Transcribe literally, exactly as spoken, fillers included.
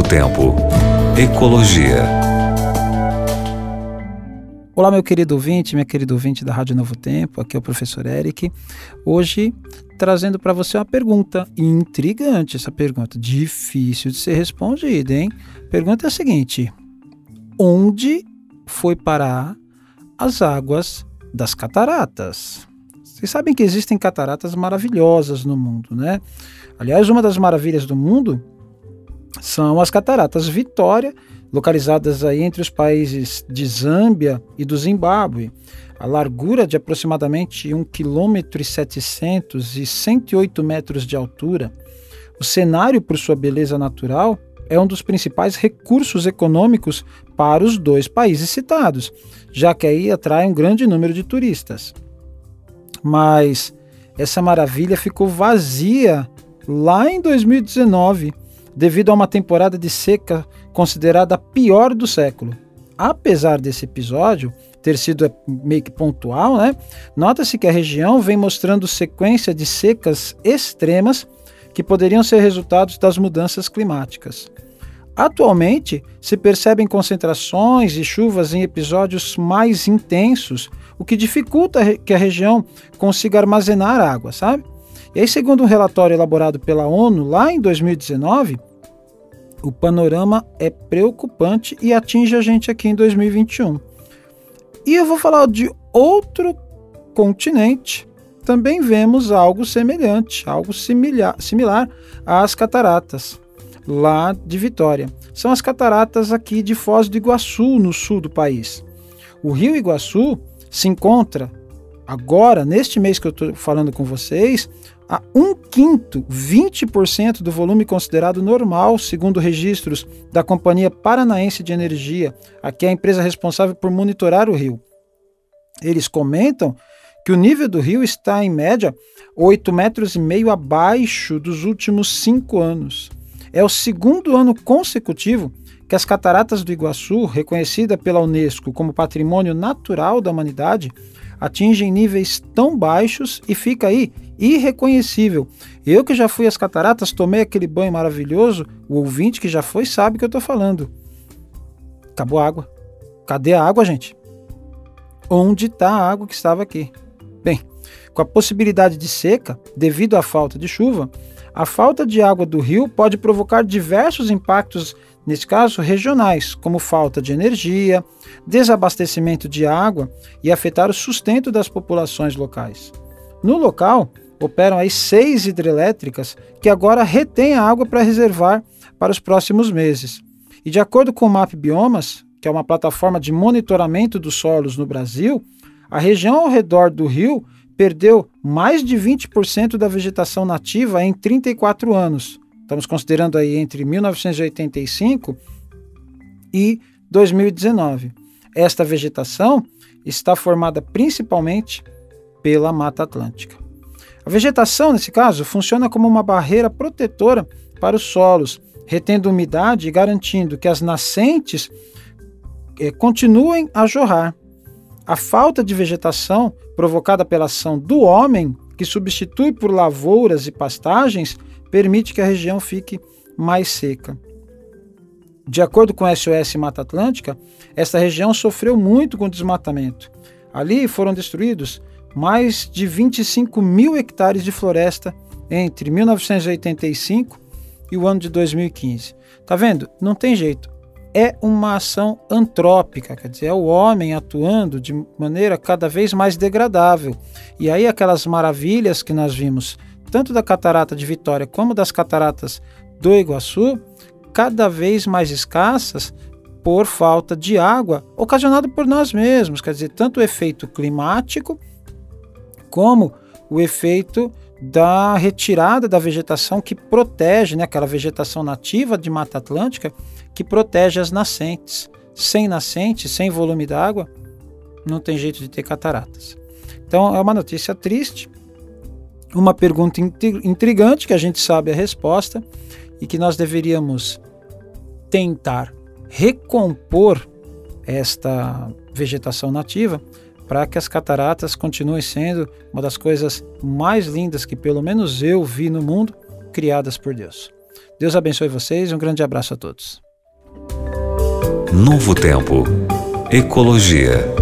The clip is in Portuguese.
Tempo. Ecologia. Olá, meu querido ouvinte, minha querida ouvinte da Rádio Novo Tempo, aqui é o professor Eric, hoje trazendo para você uma pergunta intrigante, essa pergunta, difícil de ser respondida, hein? A pergunta é a seguinte: onde foi parar as águas das cataratas? Vocês sabem que existem cataratas maravilhosas no mundo, né? Aliás, uma das maravilhas do mundo são as cataratas Vitória, localizadas aí entre os países de Zâmbia e do Zimbábue. A largura de aproximadamente um vírgula setecentos quilômetros e cento e oito metros de altura. O cenário, por sua beleza natural, é um dos principais recursos econômicos para os dois países citados, já que aí atrai um grande número de turistas. Mas essa maravilha ficou vazia lá em dois mil e dezenove, devido a uma temporada de seca considerada a pior do século. Apesar desse episódio ter sido meio que pontual, né? Nota-se que a região vem mostrando sequência de secas extremas que poderiam ser resultados das mudanças climáticas. Atualmente, se percebem concentrações e chuvas em episódios mais intensos, o que dificulta que a região consiga armazenar água, sabe? E aí, segundo um relatório elaborado pela ONU lá em dois mil e dezenove, o panorama é preocupante e atinge a gente aqui em dois mil e vinte e um. E eu vou falar de outro continente. Também vemos algo semelhante, algo similar, similar às cataratas lá de Vitória. São as cataratas aqui de Foz do Iguaçu, no sul do país. O rio Iguaçu se encontra agora, neste mês que eu estou falando com vocês, a um quinto, vinte por cento do volume considerado normal, segundo registros da Companhia Paranaense de Energia, aqui é a empresa responsável por monitorar o rio. Eles comentam que o nível do rio está, em média, oito metros e meio abaixo dos últimos cinco anos. É o segundo ano consecutivo que as cataratas do Iguaçu, reconhecida pela Unesco como Patrimônio Natural da Humanidade, atingem níveis tão baixos e fica aí irreconhecível. Eu que já fui às cataratas, tomei aquele banho maravilhoso, o ouvinte que já foi sabe o que eu estou falando. Acabou a água. Cadê a água, gente? Onde está a água que estava aqui? Bem, com a possibilidade de seca, devido à falta de chuva, a falta de água do rio pode provocar diversos impactos, nesse caso regionais, como falta de energia, desabastecimento de água e afetar o sustento das populações locais. No local, operam aí seis hidrelétricas que agora retêm a água para reservar para os próximos meses. E de acordo com o Map Biomas, que é uma plataforma de monitoramento dos solos no Brasil, a região ao redor do rio perdeu mais de vinte por cento da vegetação nativa em trinta e quatro anos. Estamos considerando aí entre mil novecentos e oitenta e cinco e dois mil e dezenove. Esta vegetação está formada principalmente pela Mata Atlântica. A vegetação, nesse caso, funciona como uma barreira protetora para os solos, retendo umidade e garantindo que as nascentes eh, continuem a jorrar. A falta de vegetação provocada pela ação do homem, que substitui por lavouras e pastagens, permite que a região fique mais seca. De acordo com o S O S Mata Atlântica, esta região sofreu muito com o desmatamento. Ali foram destruídos mais de vinte e cinco mil hectares de floresta entre mil novecentos e oitenta e cinco e o ano de dois mil e quinze. Tá vendo? Não tem jeito. É uma ação antrópica, quer dizer, é o homem atuando de maneira cada vez mais degradável. E aí aquelas maravilhas que nós vimos, tanto da catarata de Vitória como das cataratas do Iguaçu, cada vez mais escassas por falta de água, ocasionada por nós mesmos, quer dizer, tanto o efeito climático como o efeito da retirada da vegetação que protege, né, aquela vegetação nativa de Mata Atlântica, que protege as nascentes. Sem nascente, sem volume d'água, não tem jeito de ter cataratas. Então é uma notícia triste, uma pergunta intrigante que a gente sabe a resposta e que nós deveríamos tentar recompor esta vegetação nativa para que as cataratas continuem sendo uma das coisas mais lindas que pelo menos eu vi no mundo, criadas por Deus. Deus abençoe vocês e um grande abraço a todos. Novo Tempo. Ecologia.